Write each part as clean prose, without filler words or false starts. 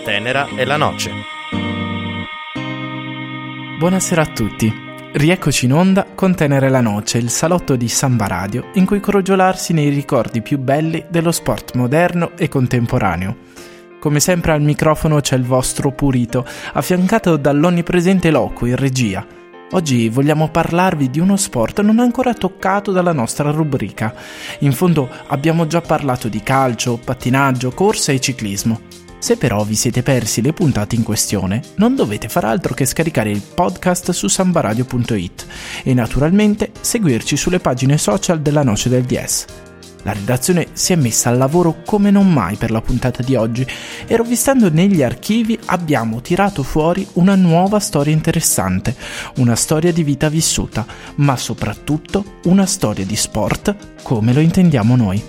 Tenera e la Noce. Buonasera a tutti. Rieccoci in onda con Tenera e la Noce, il salotto di Samba Radio in cui crogiolarsi nei ricordi più belli dello sport moderno e contemporaneo. Come sempre al microfono c'è il vostro Purito, affiancato dall'onnipresente Loco in regia. Oggi vogliamo parlarvi di uno sport non ancora toccato dalla nostra rubrica. In fondo abbiamo già parlato di calcio, pattinaggio, corsa e ciclismo. Se però vi siete persi le puntate in questione, non dovete far altro che scaricare il podcast su sambaradio.it e naturalmente seguirci sulle pagine social della Noce del DS. La redazione si è messa al lavoro come non mai per la puntata di oggi e rovistando negli archivi abbiamo tirato fuori una nuova storia interessante, una storia di vita vissuta, ma soprattutto una storia di sport come lo intendiamo noi.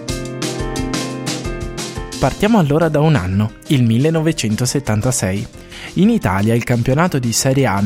Partiamo allora da un anno, il 1976. In Italia il campionato di Serie A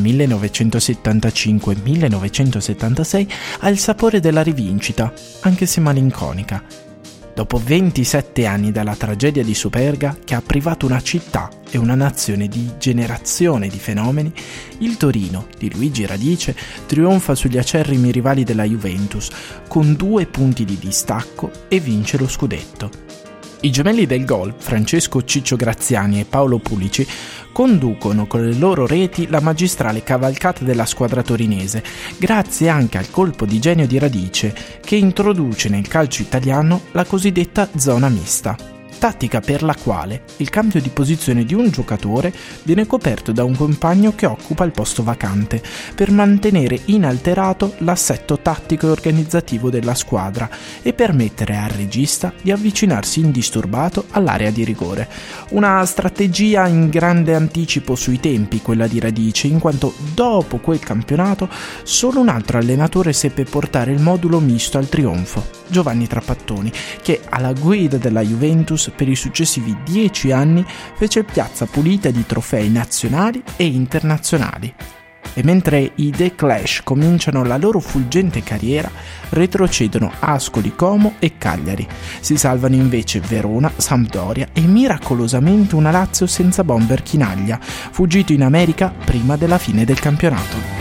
1975-1976 ha il sapore della rivincita, anche se malinconica. Dopo 27 anni dalla tragedia di Superga, che ha privato una città e una nazione di generazione di fenomeni, il Torino di Luigi Radice trionfa sugli acerrimi rivali della Juventus con 2 punti di distacco e vince lo scudetto. I gemelli del gol, Francesco Ciccio Graziani e Paolo Pulici, conducono con le loro reti la magistrale cavalcata della squadra torinese, grazie anche al colpo di genio di Radice, che introduce nel calcio italiano la cosiddetta zona mista, tattica per la quale il cambio di posizione di un giocatore viene coperto da un compagno che occupa il posto vacante, per mantenere inalterato l'assetto tattico e organizzativo della squadra e permettere al regista di avvicinarsi indisturbato all'area di rigore. Una strategia in grande anticipo sui tempi, quella di Radice, in quanto dopo quel campionato solo un altro allenatore seppe portare il modulo misto al trionfo, Giovanni Trapattoni, che alla guida della Juventus per i successivi 10 anni fece piazza pulita di trofei nazionali e internazionali. E mentre i The Clash cominciano la loro fulgente carriera, retrocedono Ascoli, Como e Cagliari. Si salvano invece Verona, Sampdoria e miracolosamente una Lazio senza bomber Chinaglia, fuggito in America prima della fine del campionato.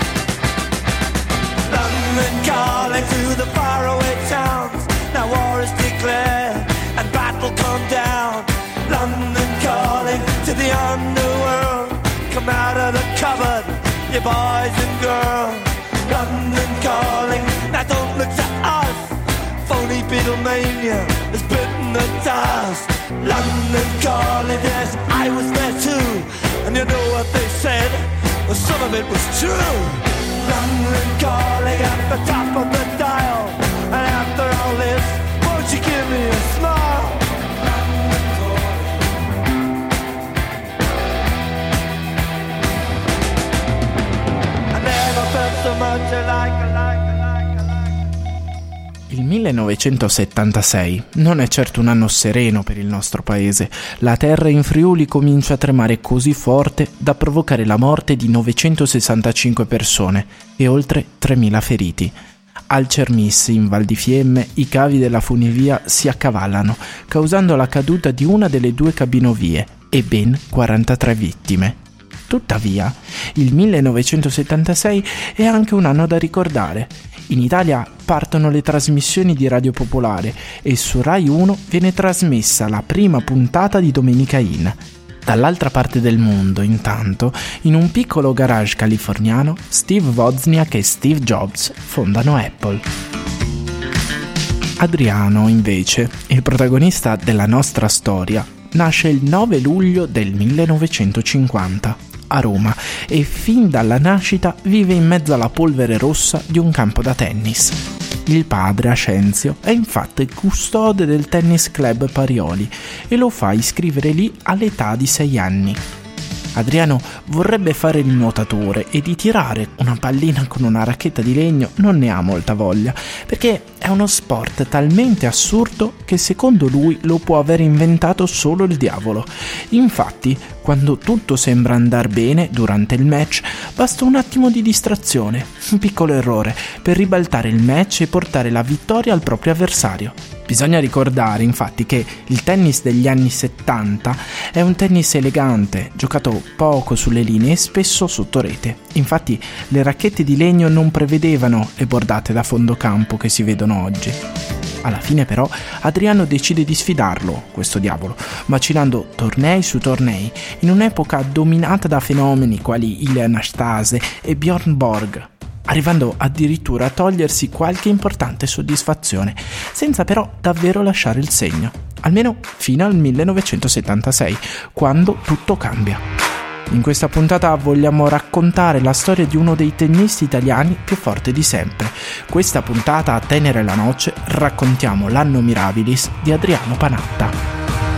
You boys and girls, London calling, now don't look to us. Phony Beatlemania has bitten the dust. London calling, yes, I was there too. And you know what they said, well, some of it was true. London calling at the top of the dial. And after all this, won't you give me a smile? Il 1976 non è certo un anno sereno per il nostro paese. La terra in Friuli comincia a tremare così forte da provocare la morte di 965 persone e oltre 3.000 feriti. Al Cermis, in Val di Fiemme, i cavi della funivia si accavallano, causando la caduta di una delle 2 cabinovie e ben 43 vittime. Tuttavia, il 1976 è anche un anno da ricordare. In Italia partono le trasmissioni di Radio Popolare e su Rai 1 viene trasmessa la prima puntata di Domenica In. Dall'altra parte del mondo, intanto, in un piccolo garage californiano, Steve Wozniak e Steve Jobs fondano Apple. Adriano, invece, il protagonista della nostra storia, nasce il 9 luglio del 1950. A Roma e fin dalla nascita vive in mezzo alla polvere rossa di un campo da tennis. Il padre, Ascenzio, è infatti custode del Tennis Club Parioli e lo fa iscrivere lì all'età di 6 anni. Adriano vorrebbe fare il nuotatore e di tirare una pallina con una racchetta di legno non ne ha molta voglia, perché è uno sport talmente assurdo che secondo lui lo può aver inventato solo il diavolo. Infatti, quando tutto sembra andar bene durante il match, basta un attimo di distrazione, un piccolo errore, per ribaltare il match e portare la vittoria al proprio avversario. Bisogna ricordare infatti che il tennis degli anni 70 è un tennis elegante, giocato poco sulle linee e spesso sotto rete. Infatti le racchette di legno non prevedevano le bordate da fondo campo che si vedono oggi. Alla fine però Adriano decide di sfidarlo, questo diavolo, vacillando tornei su tornei in un'epoca dominata da fenomeni quali Ilia Nastase e Björn Borg, arrivando addirittura a togliersi qualche importante soddisfazione, senza però davvero lasciare il segno, almeno fino al 1976, quando tutto cambia. In questa puntata vogliamo raccontare la storia di uno dei tennisti italiani più forti di sempre. Questa puntata a Tenere la Noce raccontiamo l'anno mirabilis di Adriano Panatta.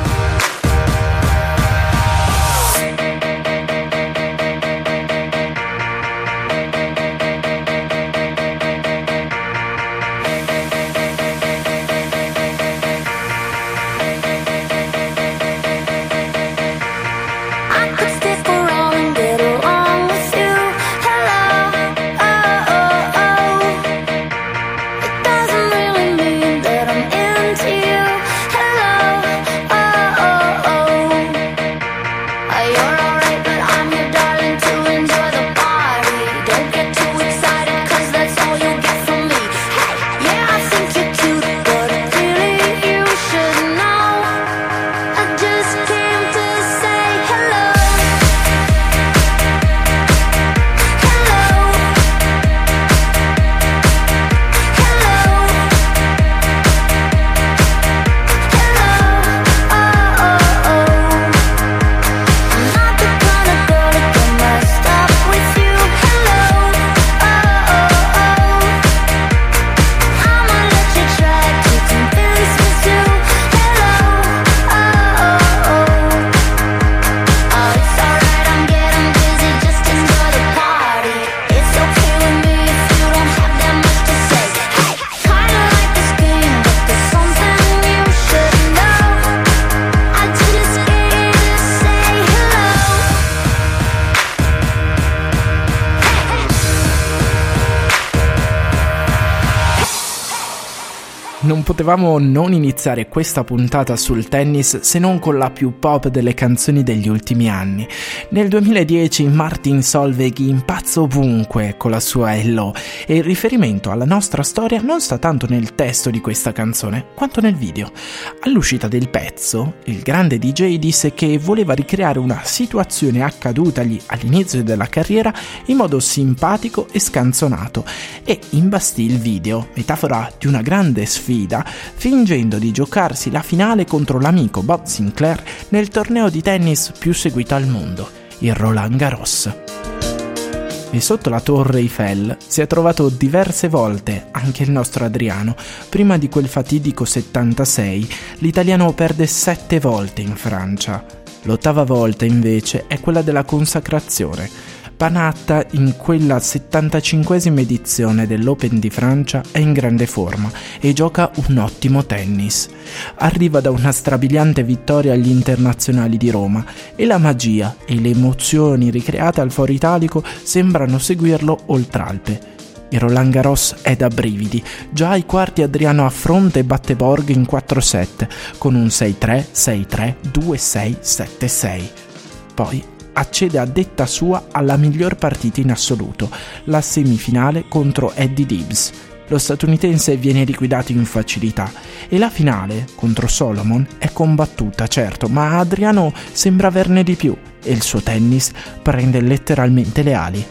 Non potevamo non iniziare questa puntata sul tennis se non con la più pop delle canzoni degli ultimi anni. Nel 2010 Martin Solveig impazza ovunque con la sua Hello e il riferimento alla nostra storia non sta tanto nel testo di questa canzone quanto nel video. All'uscita del pezzo, il grande DJ disse che voleva ricreare una situazione accadutagli all'inizio della carriera in modo simpatico e scanzonato e imbastì il video, metafora di una grande sfida, fingendo di giocarsi la finale contro l'amico Bob Sinclair nel torneo di tennis più seguito al mondo, il Roland Garros. E sotto la Torre Eiffel si è trovato diverse volte anche il nostro Adriano. Prima di quel fatidico 76, l'italiano perde 7 volte in Francia. L'8ª volta invece è quella della consacrazione. Panatta in quella 75esima edizione dell'Open di Francia è in grande forma e gioca un ottimo tennis. Arriva da una strabiliante vittoria agli internazionali di Roma e la magia e le emozioni ricreate al Foro Italico sembrano seguirlo oltre Alpe. Il Roland Garros è da brividi. Già ai quarti Adriano affronta e batte Borg in 4 set con un 6-3, 6-3, 2-6, 7-6. Poi accede a detta sua alla miglior partita in assoluto, la semifinale contro Eddie Gibbs. Lo statunitense viene liquidato in facilità e la finale contro Solomon è combattuta, certo, ma Adriano sembra averne di più e il suo tennis prende letteralmente le ali.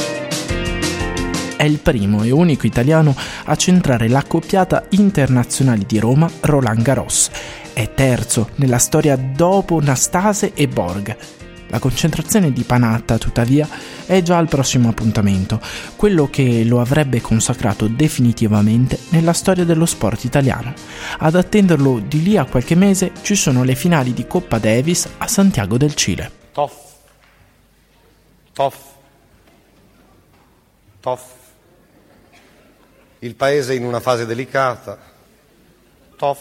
È il primo e unico italiano a centrare l'accoppiata internazionale di Roma Roland Garros. È terzo nella storia dopo Nastase e Borg. La concentrazione di Panatta, tuttavia, è già al prossimo appuntamento, quello che lo avrebbe consacrato definitivamente nella storia dello sport italiano. Ad attenderlo di lì a qualche mese ci sono le finali di Coppa Davis a Santiago del Cile. Tough. Il paese in una fase delicata. Tough,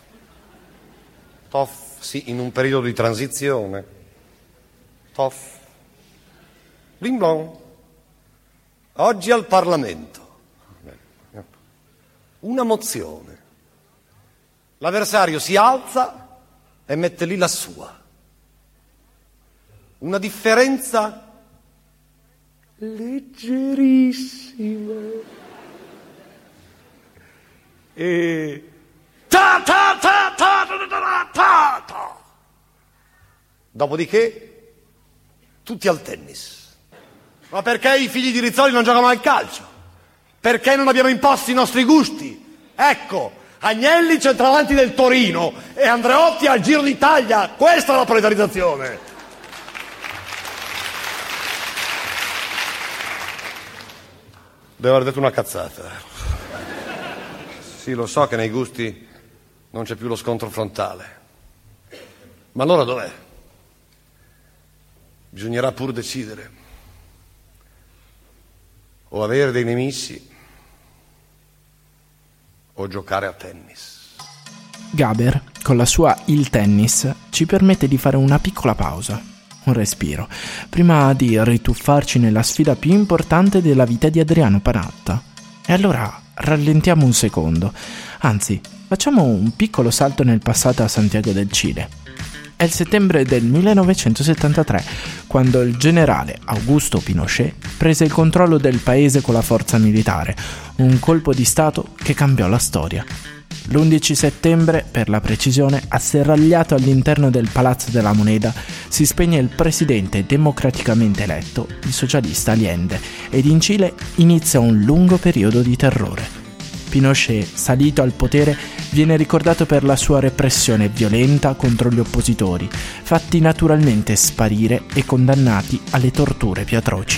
sì, in un periodo di transizione. Tough. Bling blong. Oggi al Parlamento una mozione. l'avversario si alza e mette lì la sua. Una differenza leggerissima. E dopodiché tutti al tennis. Ma perché i figli di Rizzoli non giocano al calcio? Perché non abbiamo imposto i nostri gusti? Ecco, Agnelli centravanti del Torino e Andreotti al Giro d'Italia. Questa è la proletarizzazione. Devo aver detto una cazzata. Sì, lo so che nei gusti non c'è più lo scontro frontale. Ma allora dov'è? Bisognerà pur decidere. O avere dei nemici o giocare a tennis. Gaber, con la sua Il Tennis, ci permette di fare una piccola pausa, un respiro, prima di rituffarci nella sfida più importante della vita di Adriano Panatta. E allora rallentiamo un secondo, anzi, facciamo un piccolo salto nel passato a Santiago del Cile. È il settembre del 1973, quando il generale Augusto Pinochet prese il controllo del paese con la forza militare, un colpo di stato che cambiò la storia. L'11 settembre, per la precisione, asserragliato all'interno del Palazzo de la Moneda, si spegne il presidente democraticamente eletto, il socialista Allende, ed in Cile inizia un lungo periodo di terrore. Pinochet, salito al potere, viene ricordato per la sua repressione violenta contro gli oppositori, fatti naturalmente sparire e condannati alle torture più atroci.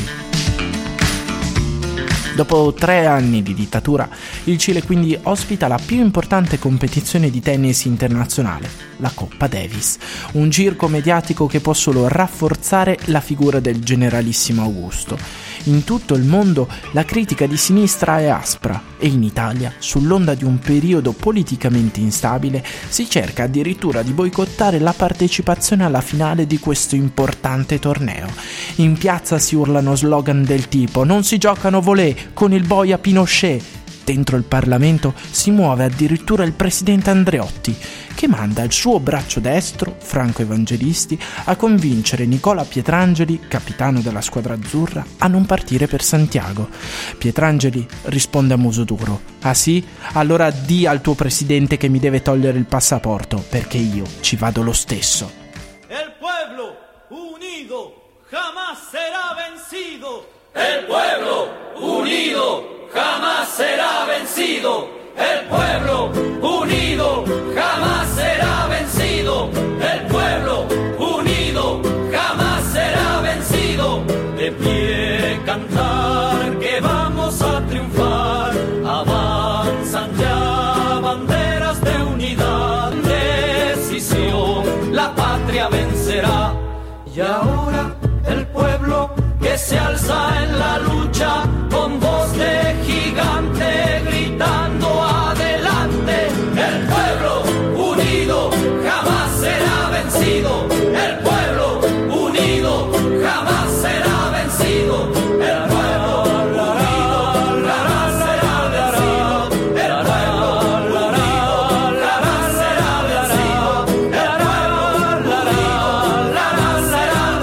Dopo 3 anni di dittatura, il Cile quindi ospita la più importante competizione di tennis internazionale, la Coppa Davis, un circo mediatico che può solo rafforzare la figura del generalissimo Augusto. In tutto il mondo la critica di sinistra è aspra e in Italia, sull'onda di un periodo politicamente instabile, si cerca addirittura di boicottare la partecipazione alla finale di questo importante torneo. In piazza si urlano slogan del tipo «Non si giocano volée con il boia Pinochet». Dentro il Parlamento si muove addirittura il presidente Andreotti, che manda il suo braccio destro, Franco Evangelisti, a convincere Nicola Pietrangeli, capitano della squadra azzurra, a non partire per Santiago. Pietrangeli risponde a muso duro: «Ah sì? Allora di al tuo presidente che mi deve togliere il passaporto, perché io ci vado lo stesso». El pueblo unido jamás será vencido. El pueblo unido jamás será vencido. El pueblo unido jamás será vencido. El pueblo unido jamás será vencido. De pie cantar que vamos a triunfar. Avanzan ya banderas de unidad. Decisión, la patria vencerá. Y ahora el pueblo que se alza en la lucha con voz de gigante gritando adelante. El pueblo unido jamás será vencido. El pueblo unido jamás será vencido. El pueblo unido jamás será vencido. El pueblo unido jamás será vencido. El pueblo unido jamás será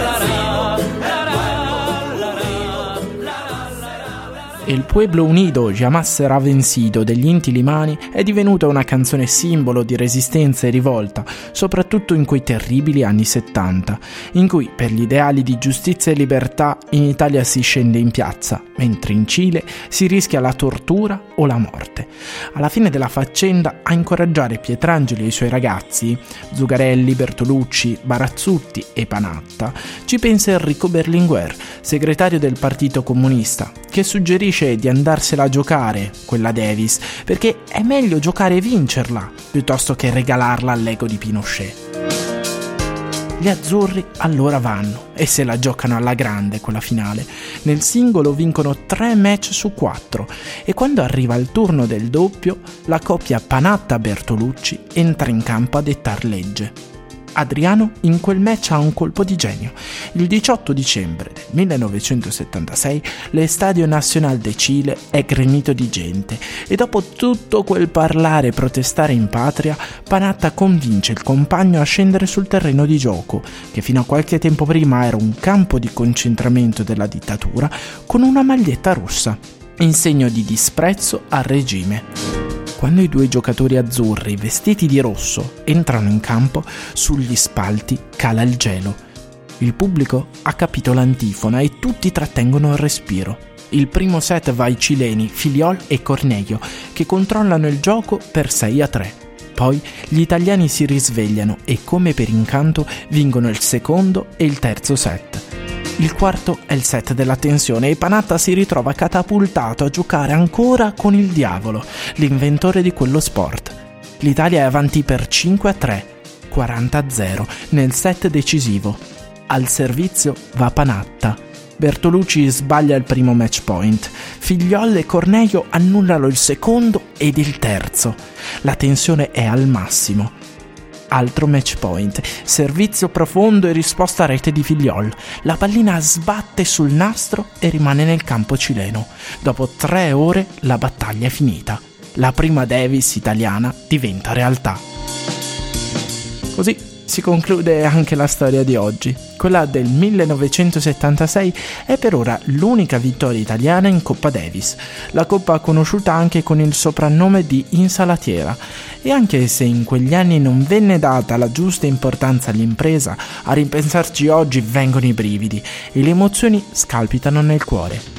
vencido. El Pueblo Unido Jamás Será Vencido degli Inti Illimani è divenuta una canzone simbolo di resistenza e rivolta, soprattutto in quei terribili anni 70, in cui per gli ideali di giustizia e libertà in Italia si scende in piazza, mentre in Cile si rischia la tortura o la morte. Alla fine della faccenda, a incoraggiare Pietrangeli e i suoi ragazzi, Zugarelli, Bertolucci, Barazzutti e Panatta, ci pensa Enrico Berlinguer, segretario del Partito Comunista, che suggerisce di andarsela a giocare, quella Davis, perché è meglio giocare e vincerla, piuttosto che regalarla all'ego di Pinochet. Gli azzurri allora vanno e se la giocano alla grande quella finale. Nel singolo vincono 3 match su 4 e quando arriva il turno del doppio, la coppia Panatta-Bertolucci entra in campo a dettar legge. Adriano in quel match ha un colpo di genio. Il 18 dicembre del 1976 l'Estadio Nacional de Chile è gremito di gente e dopo tutto quel parlare e protestare in patria, Panatta convince il compagno a scendere sul terreno di gioco, che fino a qualche tempo prima era un campo di concentramento della dittatura, con una maglietta rossa, in segno di disprezzo al regime. Quando i due giocatori azzurri vestiti di rosso entrano in campo, sugli spalti cala il gelo. Il pubblico ha capito l'antifona e tutti trattengono il respiro. Il primo set va ai cileni Filiol e Cornejo, che controllano il gioco per 6-3. Poi gli italiani si risvegliano e, come per incanto, vincono il secondo e il terzo set. Il quarto è il set della tensione e Panatta si ritrova catapultato a giocare ancora con il diavolo, l'inventore di quello sport. L'Italia è avanti per 5-3, 40-0 nel set decisivo. Al servizio va Panatta. Bertolucci sbaglia il primo match point. Figliol e Cornejo annullano il secondo ed il terzo. La tensione è al massimo. Altro match point, servizio profondo e risposta a rete di Filiol. La pallina sbatte sul nastro e rimane nel campo cileno. Dopo 3 ore la battaglia è finita. La prima Davis italiana diventa realtà. Così si conclude anche la storia di oggi. Quella del 1976 è per ora l'unica vittoria italiana in Coppa Davis, la coppa conosciuta anche con il soprannome di Insalatiera. E anche se in quegli anni non venne data la giusta importanza all'impresa, a ripensarci oggi vengono i brividi e le emozioni scalpitano nel cuore.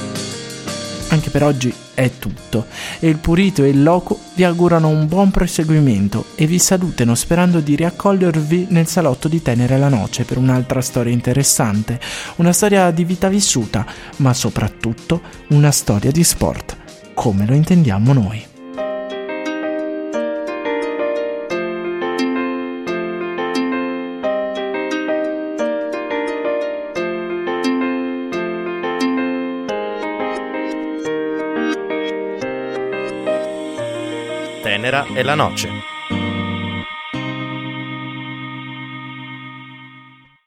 Anche per oggi è tutto e il Purito e il Loco vi augurano un buon proseguimento e vi salutano sperando di riaccogliervi nel salotto di Tenere la Noce per un'altra storia interessante, una storia di vita vissuta, ma soprattutto una storia di sport, come lo intendiamo noi. Tenera e la Noce.